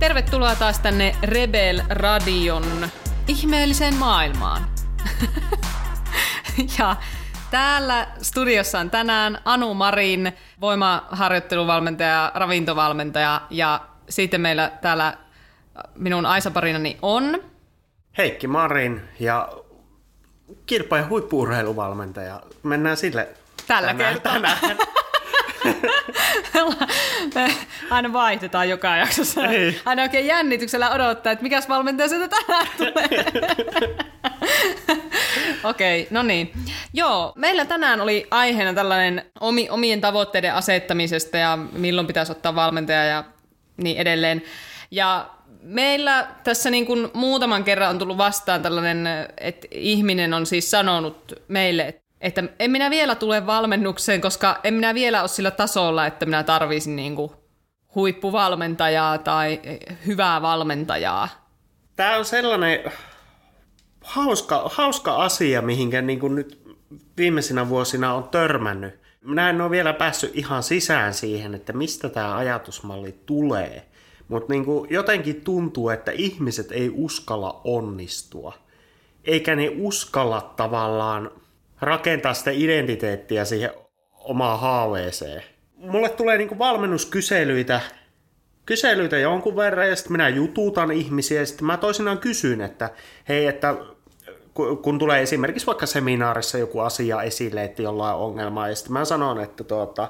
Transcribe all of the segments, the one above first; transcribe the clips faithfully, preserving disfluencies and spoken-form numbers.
Tervetuloa taas tänne Rebel Radion ihmeelliseen maailmaan. Ja täällä studiossa on tänään Anu Marin, voimaharjoitteluvalmentaja, ravintovalmentaja, ja sitten meillä täällä minun aisaparinani on Heikki Marin ja kilpa- ja huippu-urheiluvalmentaja. Mennään sille tällä tänään, kertaa. Tänään. Me aina vaihdetaan joka jaksossa. Ei. Aina oikein jännityksellä odottaa, että mikäs valmentaja sieltä tänään tulee. Okei, okay, no niin. Joo, meillä tänään oli aiheena tällainen omi, omien tavoitteiden asettamisesta ja milloin pitäisi ottaa valmentaja ja niin edelleen. Ja meillä tässä niin kuin muutaman kerran on tullut vastaan tällainen, että ihminen on siis sanonut meille, että en minä vielä tule valmennukseen, koska en minä vielä ole sillä tasolla, että minä tarvisin niin kuin huippuvalmentajaa tai hyvää valmentajaa. Tämä on sellainen hauska, hauska asia, mihinkä niin kuin nyt viimeisinä vuosina on törmännyt. Minä en ole vielä päässyt ihan sisään siihen, että mistä tämä ajatusmalli tulee. Mutta niin kuin jotenkin tuntuu, että ihmiset ei uskalla onnistua. Eikä ne uskalla tavallaan rakentaa sitä identiteettiä siihen omaan haaveeseen. Mulle tulee niinku valmennuskyselyitä kyselyitä jonkun verran, ja sitten minä jututan ihmisiä, ja sitten mä toisinaan kysyn, että hei, että kun tulee esimerkiksi vaikka seminaarissa joku asia esille, että jollain on ongelmaa, ja sitten mä sanon, että, tuota,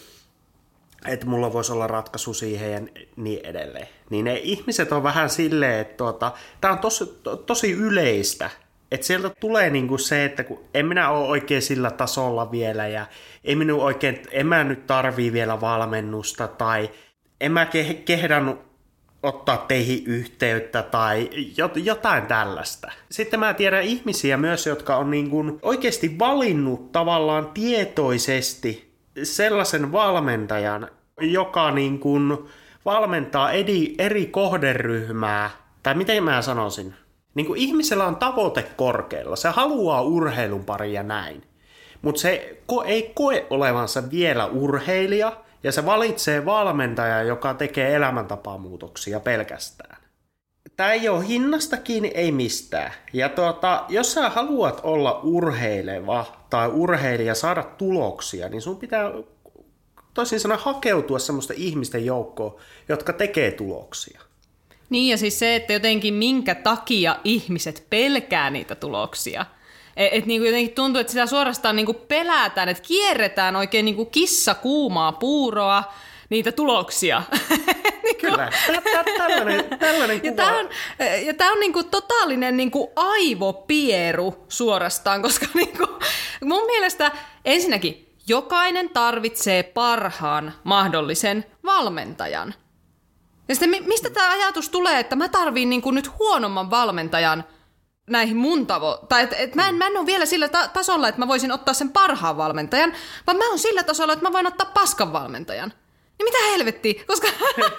että mulla voisi olla ratkaisu siihen ja niin edelleen. Niin ne ihmiset on vähän silleen, että tuota, tää on tosi, to, tosi yleistä. Että sieltä tulee niinku se, että kun en minä ole oikein sillä tasolla vielä ja en, minun oikein, en mä nyt tarvii vielä valmennusta tai en mä ke- kehdannut ottaa teihin yhteyttä tai jotain tällaista. Sitten mä tiedän ihmisiä myös, jotka on niinku oikeasti valinnut tavallaan tietoisesti sellaisen valmentajan, joka niinku valmentaa eri, eri kohderyhmää, tai miten mä sanoisin, niin kuin ihmisellä on tavoite korkealla, se haluaa urheilun pari ja näin, mutta se ko- ei koe olevansa vielä urheilija, ja se valitsee valmentajan, joka tekee elämäntapamuutoksia pelkästään. Tämä ei ole hinnasta kiinni, ei mistään. Ja tuota, jos sä haluat olla urheileva tai urheilija, saada tuloksia, niin sun pitää toisin sanoen hakeutua semmoista ihmisten joukkoon, jotka tekee tuloksia. Niin, ja siis se, että jotenkin minkä takia ihmiset pelkää niitä tuloksia. Että et niinku jotenkin tuntuu, että sitä suorastaan niinku pelätään, että kierretään oikein niinku kissa kuumaa puuroa niitä tuloksia. Kyllä, tällainen, tällainen kuva. Ja tämä on, ja tää on niinku totaalinen niinku aivopieru suorastaan, koska niinku, mun mielestä ensinnäkin jokainen tarvitsee parhaan mahdollisen valmentajan. Ja sitten mistä tämä ajatus tulee, että mä tarviin niinku nyt huonomman valmentajan näihin mun tavo... Tai että et mä, en, mä en ole vielä sillä ta- tasolla, että mä voisin ottaa sen parhaan valmentajan, vaan mä oon sillä tasolla, että mä voin ottaa paskan valmentajan. Niin mitä helvettiä? Koska,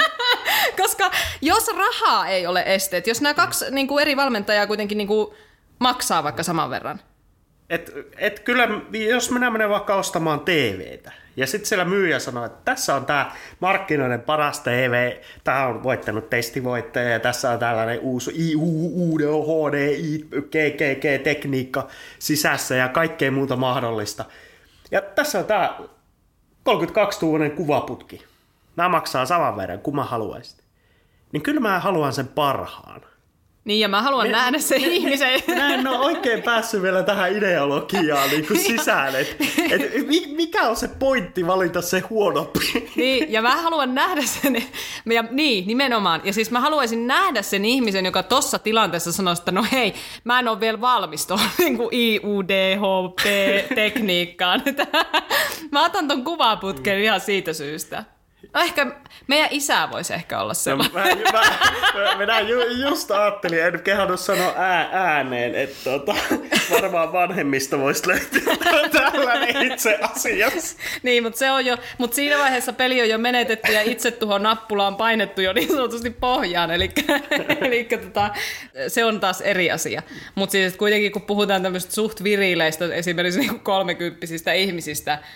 koska jos rahaa ei ole esteet, jos nämä kaksi niinku eri valmentajaa kuitenkin niinku maksaa vaikka saman verran. Et, et kyllä, jos minä menen vaikka ostamaan T V:tä, ja sitten siellä myyjä sanoo, että tässä on tämä markkinoiden paras T V, tämä on voittanut testivoittaja, ja tässä on tällainen uusi I U U H D I G G G-tekniikka sisässä, ja kaikkea muuta mahdollista. Ja tässä on tämä kolmekymmentäkaksi-tuumainen kuvaputki. Nämä maksaa saman verran, kun mä haluaisin. Niin kyllä mä haluan sen parhaan. Niin, ja mä haluan me, nähdä sen me, ihmisen. Mä en ole oikein päässyt vielä tähän ideologiaan niin kuin sisään, että et, mikä on se pointti valita se huonompi. Niin, ja mä haluan nähdä sen, ja, niin, nimenomaan. Ja siis mä haluaisin nähdä sen ihmisen, joka tossa tilanteessa sanoo, että no hei, mä en ole vielä valmis tuohon niin kuin I U D H P-tekniikkaan. Mä otan ton kuvaputken ihan siitä syystä. No ehkä meidän isä voisi ehkä olla sellainen. No, mä, mä, minä ju, just ajattelin, en kehannut sanoa ää, ääneen, että tota, varmaan vanhemmista voisi löytyä tällainen itse asiassa. Niin, mutta se on jo, mutta siinä vaiheessa peli on jo menetetty ja itse tuohon nappulaan painettu jo niin sanotusti pohjaan, eli, eli tota, se on taas eri asia. Mutta siis kuitenkin kun puhutaan tämmöistä suht virileistä, esimerkiksi niin kolmekymppisistä ihmisistä,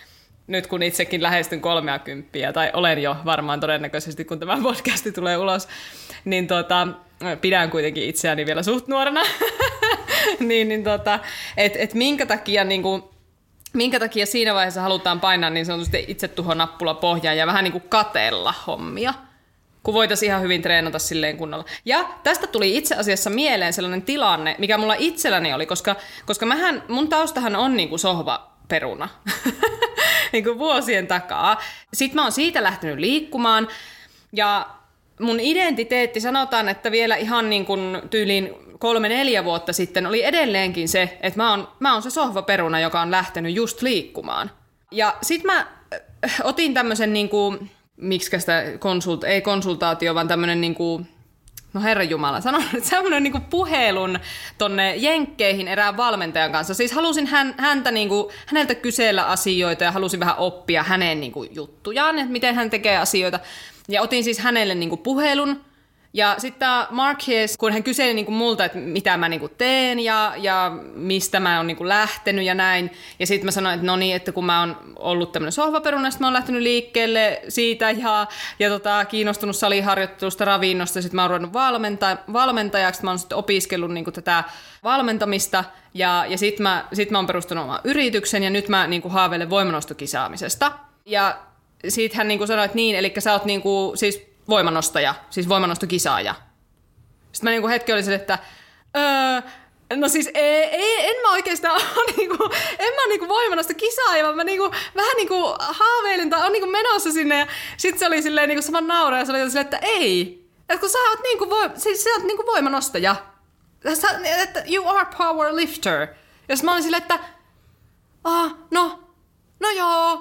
nyt kun itsekin lähestyn kolmeakymppiä, tai olen jo varmaan todennäköisesti, kun tämä podcasti tulee ulos, niin tota, pidän kuitenkin itseäni vielä suht nuorena. niin, niin tota, että et minkä takia niinku, minkä takia siinä vaiheessa halutaan painaa niin sanotusti itsetuhonappula pohjaan ja vähän niin kuin katella hommia, kun voitaisiin ihan hyvin treenata silleen kunnolla. Ja tästä tuli itse asiassa mieleen sellainen tilanne, mikä mulla itselläni oli, koska, koska mähän, mun taustahan on niin kuin sohvaperuna niin kuin vuosien takaa. Sitten mä oon siitä lähtenyt liikkumaan ja mun identiteetti sanotaan, että vielä ihan niin kuin tyyliin kolme, neljä vuotta sitten oli edelleenkin se, että mä oon, mä oon se sohvaperuna, joka on lähtenyt just liikkumaan. Ja sit mä otin tämmösen niinku, miksikä sitä konsult, ei konsultaatio, vaan tämmönen niinku, no herranjumala, sanon nyt semmonen niinku puhelun tonne Jenkkeihin erään valmentajan kanssa. Siis halusin hän, häntä niinku, häneltä kysellä asioita ja halusin vähän oppia hänen niinku juttujaan, että miten hän tekee asioita. Ja otin siis hänelle niinku puhelun. Ja sitten Marques, kun hän kyseli niinku multa, että mitä mä niinku teen ja, ja mistä mä oon niinku lähtenyt ja näin. Ja sitten mä sanoin, että no niin, että kun mä oon ollut tämmönen sohvaperuna, sitten mä oon lähtenyt liikkeelle siitä ja, ja tota, kiinnostunut saliharjoittelusta, ravinnosta. Sitten mä oon ruvennut valmenta- valmentajaksi, mä oon sitten opiskellut niinku tätä valmentamista. Ja, ja sitten mä, sit mä oon perustanut oman yrityksen ja nyt mä niinku haaveilen voimanostokisaamisesta. Ja sitten hän niinku sanoi, että niin, eli sä oot niinku, siis voimanostaja, siis voimanostokisaaja. Sitten mä niinku hetki olin sille, että öö, no siis ei, ei, en mä oikeastaan ole niinku, en mä ole niinku voimannostokisaaja, vaan mä niinku, vähän niinku haaveilen tai on niinku menossa sinne. Ja sit se oli silleen niinku saman naura ja se oli silleen, että ei. Että kun sä oot niinku, voi, siis sä oot niinku voimanostaja. Sä, että you are power lifter. Ja sit mä olin silleen, että ah, no. No joo,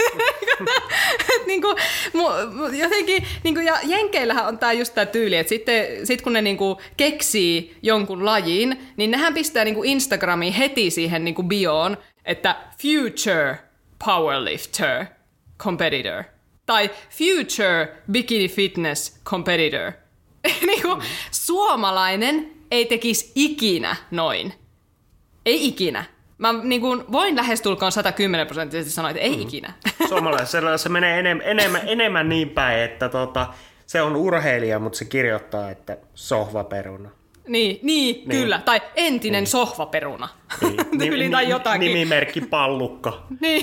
niinku, jotenkin, niinku, ja Jenkeillähän on tää just tää tyyli, että sitten sit kun ne niinku keksii jonkun lajin, niin nehän pistää niinku Instagramiin heti siihen niinku bioon, että future powerlifter competitor tai future bikini fitness competitor. niinku, mm. Suomalainen ei tekisi ikinä noin. Ei ikinä. Mä niin kuin voin lähestulkoon sata kymmenen prosenttisesti sanoa, että ei mm. ikinä. Suomalaisella se menee enem, enemmän, enemmän niin päin, että tota, se on urheilija, mutta se kirjoittaa, että sohvaperuna. Niin, niin, niin. Kyllä. Tai entinen niin. sohvaperuna. Niin. Tyyli tai jotakin. Nimimerkki Pallukka. niin.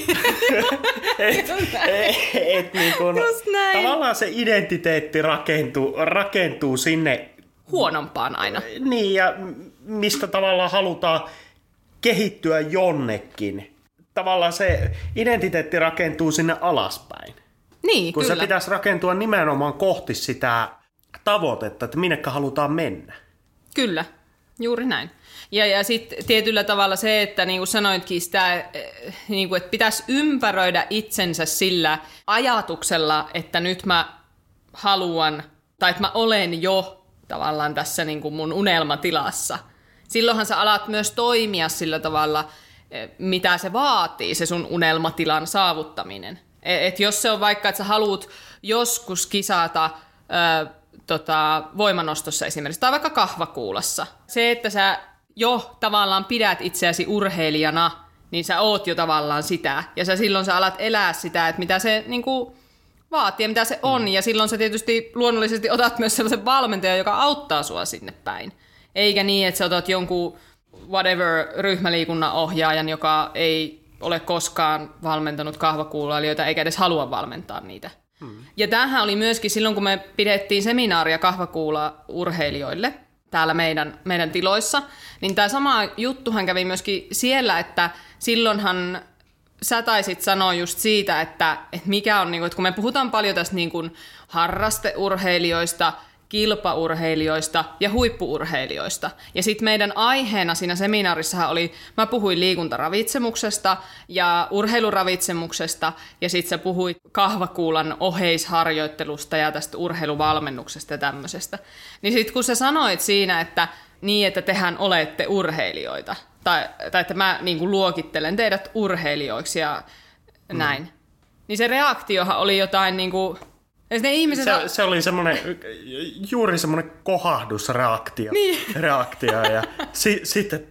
et, et, et, niin kun, tavallaan se identiteetti rakentuu, rakentuu sinne huonompaan aina. Niin, ja mistä tavallaan halutaan kehittyä jonnekin. Tavallaan se identiteetti rakentuu sinne alaspäin. Niin, kun kyllä. se pitäisi rakentua nimenomaan kohti sitä tavoitetta, että minnekä halutaan mennä. Kyllä, juuri näin. Ja, ja sitten tietyllä tavalla se, että niin kuin sanoitkin sitä, niin kuin, että pitäisi ympäröidä itsensä sillä ajatuksella, että nyt mä haluan, tai että mä olen jo tavallaan tässä niin kuin mun unelmatilassa. Silloinhan sä alat myös toimia sillä tavalla, mitä se vaatii, se sun unelmatilan saavuttaminen. Et jos se on vaikka, että sä haluat joskus kisata ö, tota, voimanostossa esimerkiksi, tai vaikka kahvakuulassa. Se, että sä jo tavallaan pidät itseäsi urheilijana, niin sä oot jo tavallaan sitä. Ja sä silloin sä alat elää sitä, että mitä se niin kuin vaatii ja mitä se on. Mm. Ja silloin sä tietysti luonnollisesti otat myös sellaisen valmentajan, joka auttaa sua sinne päin. Eikä niin, että sä otat jonkun whatever ryhmäliikunnan ohjaajan, joka ei ole koskaan valmentanut kahvakuulailijoita eikä edes halua valmentaa niitä. Hmm. Ja tämähän oli myöskin silloin, kun me pidettiin seminaaria kahvakuula-urheilijoille täällä meidän, meidän tiloissa, niin tämä sama juttuhan kävi myöskin siellä, että silloinhan sä taisit sanoa just siitä, että, että mikä on, että kun me puhutaan paljon tästä niin kuin harrasteurheilijoista, kilpaurheilijoista ja huippuurheilijoista. Ja sitten meidän aiheena siinä seminaarissahan oli, mä puhuin liikuntaravitsemuksesta ja urheiluravitsemuksesta, ja sitten sä puhuit kahvakuulan oheisharjoittelusta ja tästä urheiluvalmennuksesta ja tämmöisestä. Niin sitten kun sä sanoit siinä, että niin, että tehän olette urheilijoita, tai, tai että mä niin kuin luokittelen teidät urheilijoiksi ja mm. näin, niin se reaktiohan oli jotain niin kuin ihmiset... Se, se oli semmoinen, juuri semmoinen kohahdusreaktio. Niin. Reaktio, ja sitten, si, että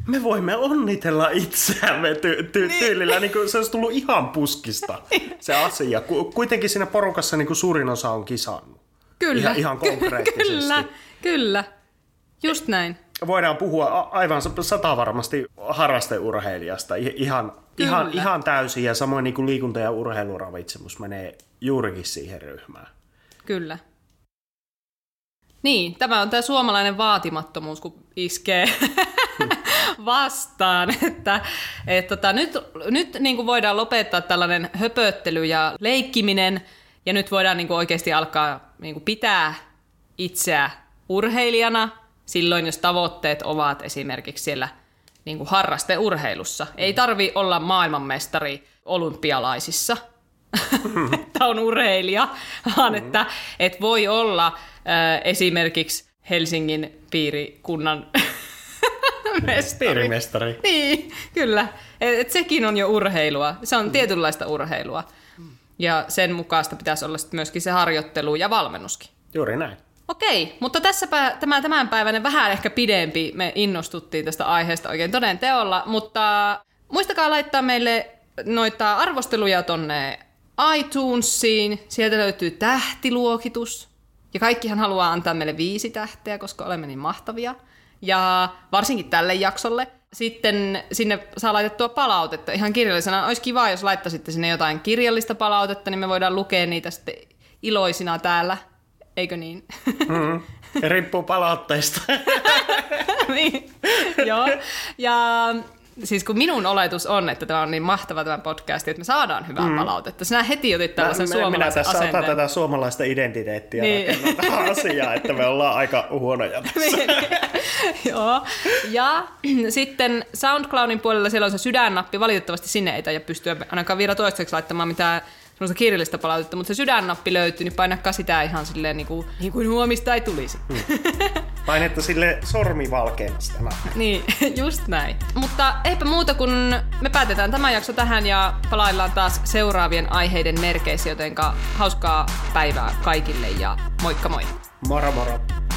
me voimme onnitella itseämme ty- ty- niin. tyylillä. Niin kuin se olisi tullut ihan puskista se asia. Kuitenkin siinä porukassa niin kuin suurin osa on kisannut. Kyllä. Ihan, ihan konkreettisesti. Kyllä, kyllä. Just näin. Voidaan puhua aivan satavarmasti harrasteurheilijasta ihan, ihan, ihan täysin. Ja samoin niin kuin liikunta- ja urheiluravitsemus menee juurikin siihen ryhmään. Kyllä. Niin, tämä on tämä suomalainen vaatimattomuus, kun iskee vastaan, että et, tota, nyt, nyt niin kuin voidaan lopettaa tällainen höpöttely ja leikkiminen, ja nyt voidaan niin kuin oikeasti alkaa niin kuin pitää itseä urheilijana silloin, jos tavoitteet ovat esimerkiksi siellä niin kuin harrasteurheilussa. Ei tarvi olla maailmanmestari olympialaisissa, että on urheilija, vaan että et voi olla äh, esimerkiksi Helsingin piirikunnan mestari. Piirimestari. Niin, kyllä. Et, et sekin on jo urheilua. Se on tietynlaista urheilua. Ja sen mukaista pitäisi olla sit myöskin se harjoittelu ja valmennuskin. Juuri näin. Okei, mutta tässäpä tämä tämänpäiväinen vähän ehkä pidempi. Me innostuttiin tästä aiheesta oikein toden teolla, mutta muistakaa laittaa meille noita arvosteluja tonne iTunesiin. Sieltä löytyy tähtiluokitus. Ja kaikkihan haluaa antaa meille viisi tähteä, koska olemme niin mahtavia. Ja varsinkin tälle jaksolle. Sitten sinne saa laitettua palautetta ihan kirjallisena. Olisi kiva, jos laittaisitte sinne jotain kirjallista palautetta, niin me voidaan lukea niitä sitten iloisina täällä. Eikö niin? Mm, riippuu palautteista. Niin, joo. Ja siis kun minun oletus on, että tämä on niin mahtava tämä podcast, että me saadaan hyvää mm. palautetta. Sinä heti otit tällaisen suomalaisen minä tässä asenteen. otan tätä suomalaista identiteettiä niin. rakennetaan asiaa, että me ollaan aika huonoja tässä. Niin. Joo. Ja sitten SoundCloudin puolella siellä on se sydännappi. Valitettavasti sinne ei taida pystyä ainakaan vielä toistaiseksi laittamaan mitään semmoista kirjallista palautetta, mutta se sydännappi löytyy, niin painakaa sitä ihan silleen niin kuin, niin kuin huomista ei tulisi. Hmm. Painetta sille sormivalkeamasta. Niin, just näin. Mutta eipä muuta kuin me päätetään tämä jakso tähän ja palaillaan taas seuraavien aiheiden merkeissä, jotenka hauskaa päivää kaikille ja moikka moi. Moro moro.